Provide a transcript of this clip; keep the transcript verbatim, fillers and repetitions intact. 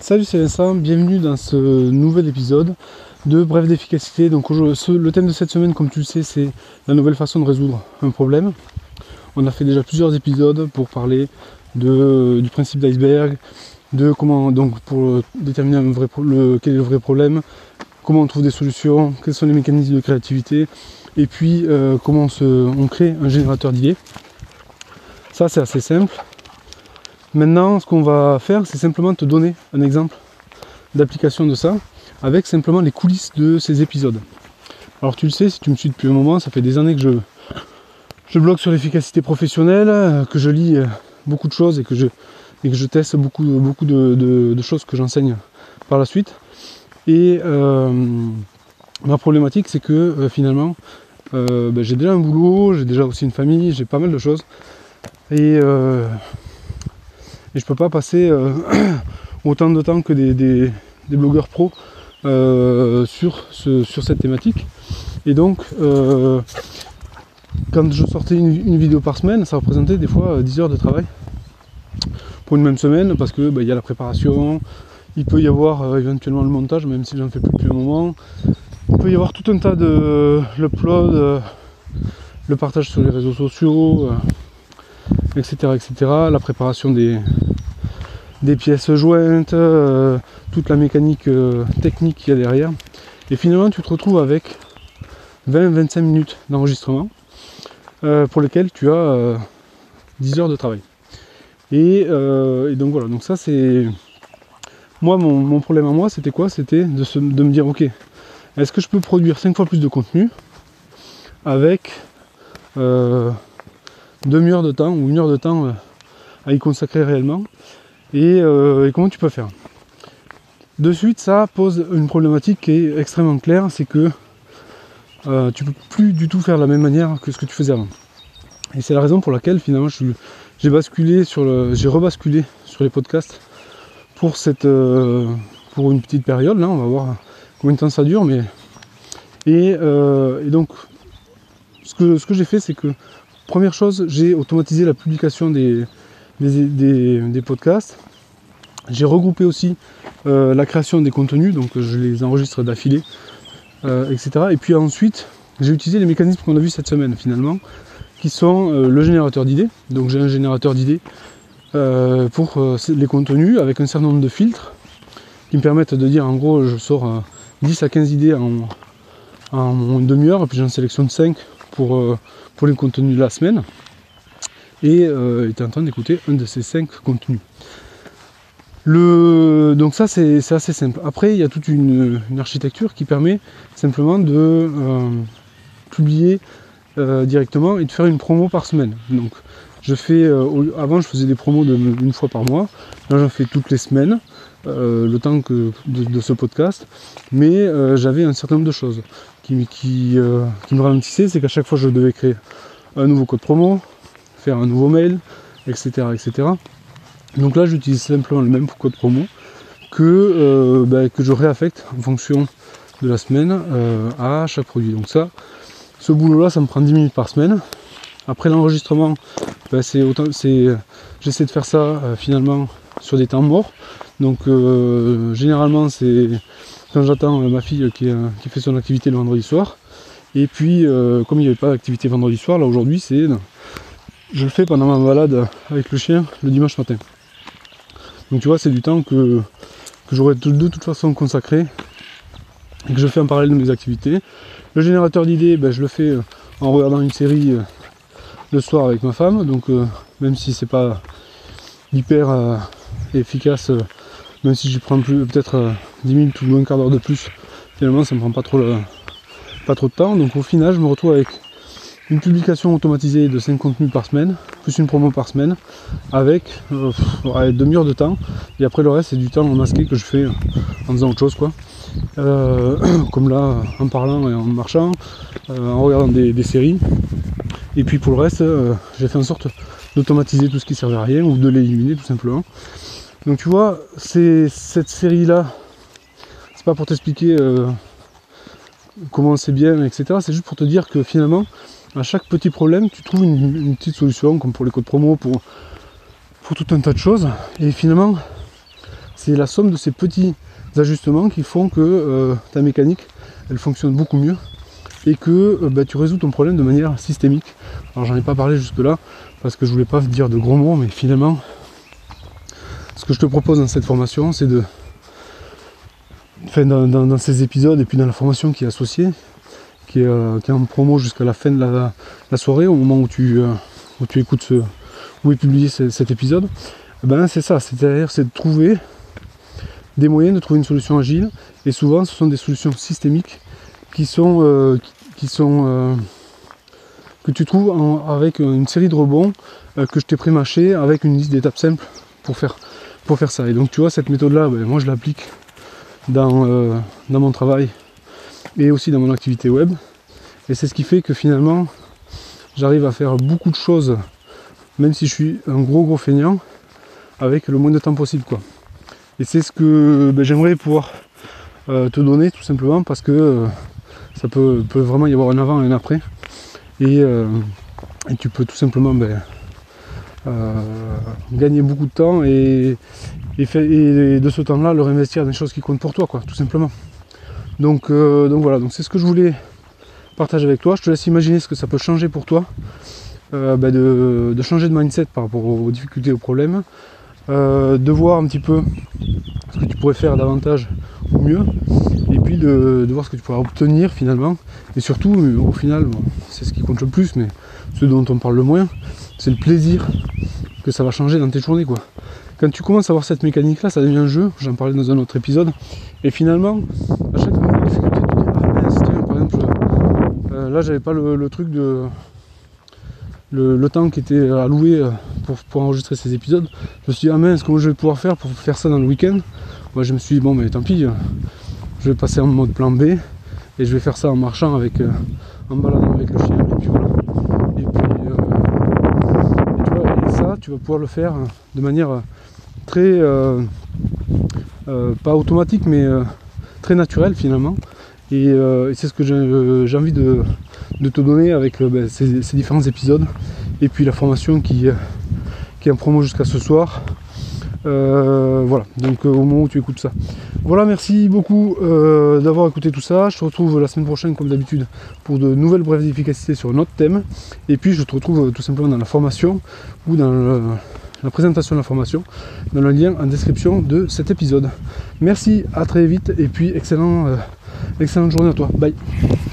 Salut, c'est Vincent, bienvenue dans ce nouvel épisode de Bref d'efficacité. Donc le thème de cette semaine, comme tu le sais, c'est la nouvelle façon de résoudre un problème. On a fait déjà plusieurs épisodes pour parler de, du principe d'iceberg, de comment donc pour déterminer un vrai, le, quel est le vrai problème, comment on trouve des solutions, quels sont les mécanismes de créativité, et puis euh, comment on, se, on crée un générateur d'idées. Ça c'est assez simple. Maintenant, ce qu'on va faire, c'est simplement te donner un exemple d'application de ça, avec simplement les coulisses de ces épisodes. Alors tu le sais, si tu me suis depuis un moment, ça fait des années que je, je blogue sur l'efficacité professionnelle, que je lis beaucoup de choses et que je, et que je teste beaucoup, beaucoup de, de, de choses que j'enseigne par la suite. Et euh, ma problématique, c'est que euh, finalement, euh, ben, j'ai déjà un boulot, j'ai déjà aussi une famille, j'ai pas mal de choses. Et... Euh, Et je ne peux pas passer euh, autant de temps que des, des, des blogueurs pros euh, sur, ce, sur cette thématique. Et donc, euh, quand je sortais une, une vidéo par semaine, ça représentait des fois dix heures de travail pour une même semaine, parce que bah, y a la préparation, il peut y avoir euh, éventuellement le montage, même si j'en fais plus depuis un moment. Il peut y avoir tout un tas de l'upload, euh, le partage sur les réseaux sociaux, euh, et cetera, et cetera. La préparation des, des pièces jointes, euh, toute la mécanique euh, technique qu'il y a derrière. Et finalement, tu te retrouves avec vingt à vingt-cinq minutes d'enregistrement euh, pour lesquelles tu as euh, dix heures de travail. Et, euh, et donc voilà, donc ça c'est... Moi, mon, mon problème à moi, c'était quoi? C'était de, se, de me dire, ok, est-ce que je peux produire cinq fois plus de contenu avec euh, demi-heure de temps ou une heure de temps euh, à y consacrer réellement, et, euh, et comment tu peux faire. De suite, ça pose une problématique qui est extrêmement claire, c'est que euh, tu peux plus du tout faire de la même manière que ce que tu faisais avant. Et c'est la raison pour laquelle finalement je, j'ai basculé sur le, j'ai rebasculé sur les podcasts pour cette, euh, pour une petite période. Là, on va voir combien de temps ça dure, mais et, euh, et donc ce que ce que j'ai fait, c'est que première chose, j'ai automatisé la publication des des, des, des podcasts. J'ai regroupé aussi euh, la création des contenus, donc je les enregistre d'affilée, euh, et cetera. Et puis ensuite, j'ai utilisé les mécanismes qu'on a vus cette semaine finalement, qui sont euh, le générateur d'idées. Donc j'ai un générateur d'idées euh, pour euh, les contenus avec un certain nombre de filtres qui me permettent de dire en gros je sors euh, dix à quinze idées en, en une demi-heure, et puis j'en sélectionne cinq pour, euh, pour les contenus de la semaine. Et euh, tu es en train d'écouter un de ces cinq contenus. Le... Donc ça c'est, c'est assez simple. Après il y a toute une, une architecture qui permet simplement de euh, publier euh, directement et de faire une promo par semaine. Donc je fais euh, avant je faisais des promos de, une fois par mois, là j'en fais toutes les semaines, euh, le temps que, de, de ce podcast, mais euh, j'avais un certain nombre de choses qui, qui, euh, qui me ralentissaient, c'est qu'à chaque fois je devais créer un nouveau code promo, faire un nouveau mail, et cetera, et cetera. Donc là j'utilise simplement le même code promo que, euh, bah, que je réaffecte en fonction de la semaine euh, à chaque produit. Donc ça, ce boulot là ça me prend dix minutes par semaine. Après l'enregistrement, bah, c'est autant, c'est, j'essaie de faire ça euh, finalement sur des temps morts. Donc euh, généralement c'est quand j'attends euh, ma fille qui, euh, qui fait son activité le vendredi soir. Et puis euh, comme il n'y avait pas d'activité vendredi soir, là aujourd'hui c'est je le fais pendant ma balade avec le chien le dimanche matin. Donc tu vois, c'est du temps que, que j'aurais de, de toute façon consacré et que je fais en parallèle de mes activités. Le générateur d'idées, ben, je le fais en regardant une série euh, le soir avec ma femme. Donc euh, même si c'est pas hyper euh, efficace, euh, même si j'y prends plus peut-être euh, dix minutes ou un quart d'heure de plus, finalement ça me prend pas trop, le, pas trop de temps. Donc au final, je me retrouve avec une publication automatisée de cinq contenus par semaine, plus une promo par semaine, avec euh, ouais, demi-heure de temps, et après le reste c'est du temps masqué que je fais en faisant autre chose, quoi. Euh, comme là, en parlant et en marchant, euh, en regardant des, des séries, et puis pour le reste, euh, j'ai fait en sorte d'automatiser tout ce qui servait à rien, ou de l'éliminer tout simplement. Donc tu vois, c'est cette série-là, c'est pas pour t'expliquer euh, comment c'est bien, et cetera, c'est juste pour te dire que finalement, à chaque petit problème, tu trouves une, une petite solution, comme pour les codes promo, pour, pour tout un tas de choses. Et finalement, c'est la somme de ces petits ajustements qui font que euh, ta mécanique elle fonctionne beaucoup mieux et que euh, bah, tu résous ton problème de manière systémique. Alors j'en ai pas parlé jusque là parce que je voulais pas dire de gros mots, mais finalement ce que je te propose dans cette formation, c'est de enfin, dans, dans, dans ces épisodes et puis dans la formation qui est associée, qui est, euh, qui est en promo jusqu'à la fin de la, la soirée, au moment où tu, euh, où tu écoutes ce, où est publié ce, cet épisode, ben c'est ça, c'est-à-dire c'est de trouver des moyens de trouver une solution agile, et souvent ce sont des solutions systémiques qui sont, euh, qui, qui sont euh, que tu trouves en, avec une série de rebonds euh, que je t'ai pré-mâché avec une liste d'étapes simples pour faire, pour faire ça. Et donc tu vois, cette méthode-là, ben, moi je l'applique dans, euh, dans mon travail et aussi dans mon activité web, et c'est ce qui fait que finalement j'arrive à faire beaucoup de choses, même si je suis un gros gros feignant, avec le moins de temps possible, quoi. Et c'est ce que ben, j'aimerais pouvoir euh, te donner, tout simplement parce que euh, ça peut, peut vraiment y avoir un avant et un après, et, euh, et tu peux tout simplement ben, euh, gagner beaucoup de temps et, et, fait, et de ce temps-là le réinvestir dans des choses qui comptent pour toi, quoi, tout simplement. Donc, euh, donc voilà, donc c'est ce que je voulais partager avec toi. Je te laisse imaginer ce que ça peut changer pour toi, euh, ben de, de changer de mindset par rapport aux difficultés, aux problèmes. Euh, de voir un petit peu ce que tu pourrais faire davantage ou mieux, et puis de, de voir ce que tu pourras obtenir finalement, et surtout au final, bon, c'est ce qui compte le plus, mais ce dont on parle le moins, c'est le plaisir que ça va changer dans tes journées, quoi. Quand tu commences à avoir cette mécanique là, ça devient un jeu, j'en parlais dans un autre épisode, et finalement à chaque fois difficulté tu te dis ah mince tiens, par exemple euh, là j'avais pas le, le truc de Le, le temps qui était alloué pour, pour enregistrer ces épisodes. Je me suis dit ah mince, comment je vais pouvoir faire pour faire ça dans le week-end. Moi je me suis dit bon mais tant pis, je vais passer en mode plan B et je vais faire ça en marchant avec euh, en baladant avec le chien, et puis voilà. Et puis euh, et tu vois, et ça tu vas pouvoir le faire de manière très euh, euh, pas automatique mais euh, très naturelle finalement, et, euh, et c'est ce que j'ai, euh, j'ai envie de de te donner avec euh, ben, ces, ces différents épisodes, et puis la formation qui, euh, qui est en promo jusqu'à ce soir. Euh, voilà, donc euh, au moment où tu écoutes ça. Voilà, merci beaucoup euh, d'avoir écouté tout ça. Je te retrouve la semaine prochaine comme d'habitude pour de nouvelles brèves d'efficacité sur un autre thème, et puis je te retrouve euh, tout simplement dans la formation ou dans le, la présentation de la formation, dans le lien en description de cet épisode. Merci, à très vite, et puis excellent, euh, excellente journée à toi. Bye.